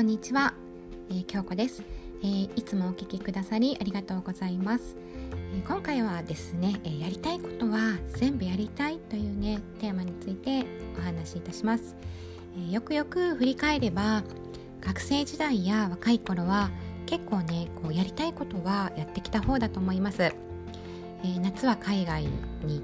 こんにちは、京子です。いつもお聞きくださりありがとうございます。今回はですね、やりたいことは全部やりたいというねテーマについてお話しいたします。よくよく振り返れば、学生時代や若い頃は結構ねやりたいことはやってきた方だと思います。夏は海外に行って、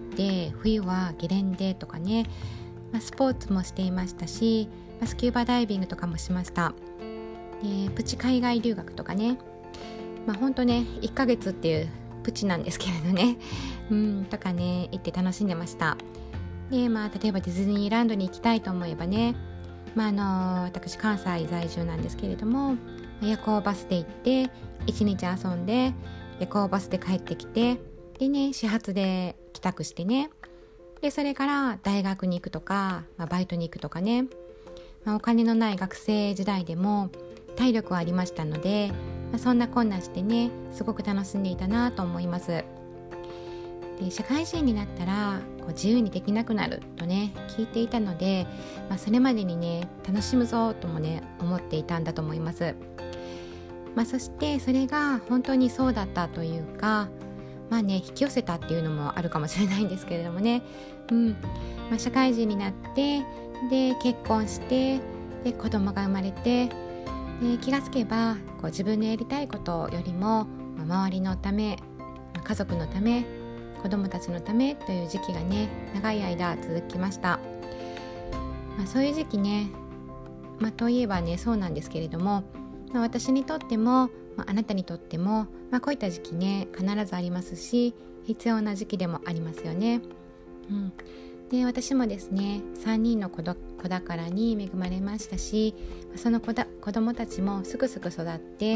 冬はゲレンデとかね、スポーツもしていましたし、スキューバダイビングとかもしました。プチ海外留学とかね、ほんとね1ヶ月っていうプチなんですけれどねとかね行って楽しんでました。で例えばディズニーランドに行きたいと思えばね、私関西在住なんですけれども、夜行バスで行って1日遊んで、夜行バスで帰ってきて、でね始発で帰宅してね、でそれから大学に行くとか、バイトに行くとかね、お金のない学生時代でも体力はありましたので、そんなこんなしてねすごく楽しんでいたなと思います。で社会人になったら自由にできなくなるとね聞いていたので、それまでにね楽しむぞともね思っていたんだと思います。そしてそれが本当にそうだったというか、引き寄せたっていうのもあるかもしれないんですけれどもね、社会人になってで結婚してで子供が生まれて、で気がつけば自分のやりたいことよりも、周りのため、家族のため、子供たちのためという時期がね長い間続きました。そういう時期ね、といえばねそうなんですけれども、私にとっても、あなたにとっても、こういった時期ね必ずありますし、必要な時期でもありますよね。で私もですね3人の子宝に恵まれましたし、その子供たちもすくすく育って、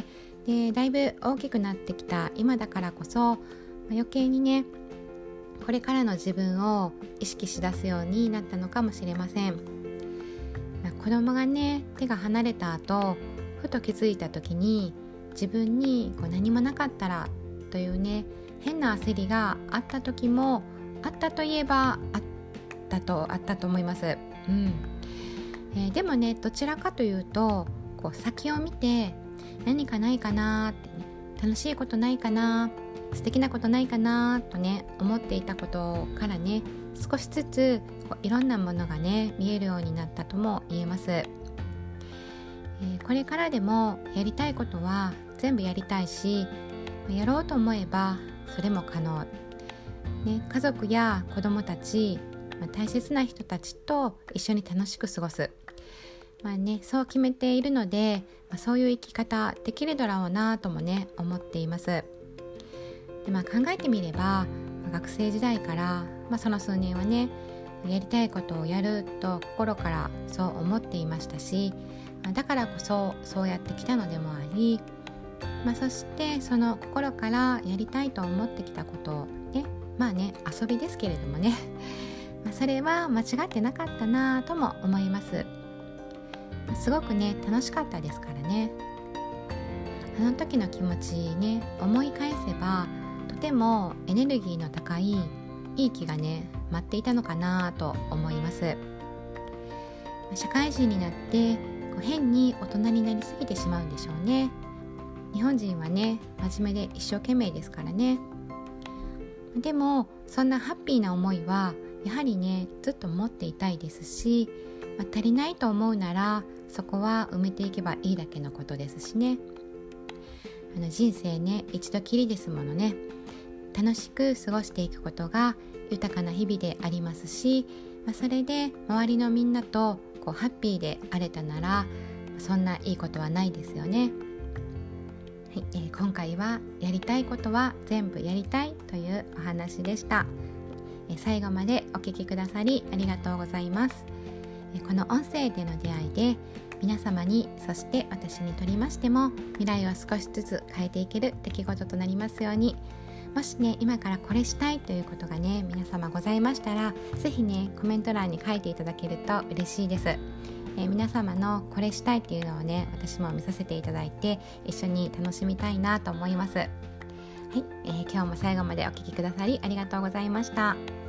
でだいぶ大きくなってきた今だからこそ、余計にねこれからの自分を意識しだすようになったのかもしれません。子供がね手が離れた後、ふと気づいた時に自分に何もなかったらというね変な焦りがあった時もあったといえばあったと思います。でもねどちらかというと先を見て何かないかなって、ね、楽しいことないかな、素敵なことないかなとね思っていたことからね少しずついろんなものがね見えるようになったとも言えます。これからでもやりたいことは全部やりたいし、やろうと思えばそれも可能、家族や子供たち、大切な人たちと一緒に楽しく過ごす、そう決めているので、そういう生き方できるだろうなともね思っています。で、考えてみれば、学生時代から、その数年はねやりたいことをやると心からそう思っていましたし、だからこそそうやってきたのでもあり、そしてその心からやりたいと思ってきたことをね、遊びですけれどもねそれは間違ってなかったなとも思います。すごくね楽しかったですからね。あの時の気持ちね思い返せば、とてもエネルギーの高いいい気がね待っていたのかなと思います。社会人になって変に大人になりすぎてしまうんでしょうね。日本人はね真面目で一生懸命ですからね。でもそんなハッピーな思いはやはりねずっと持っていたいですし、足りないと思うならそこは埋めていけばいいだけのことですしね。人生ね一度きりですものね。楽しく過ごしていくことが豊かな日々でありますし、それで周りのみんなとハッピーであれたなら、そんないいことはないですよね。今回はやりたいことは全部やりたいというお話でした。最後までお聞きくださりありがとうございます。この音声での出会いで皆様に、そして私にとりましても未来を少しずつ変えていける出来事となりますように。もしね今からこれしたいということがね皆様ございましたら、ぜひねコメント欄に書いていただけると嬉しいです。皆様のこれしたいっていうのをね私も見させていただいて一緒に楽しみたいなと思います。今日も最後までお聞きくださりありがとうございました。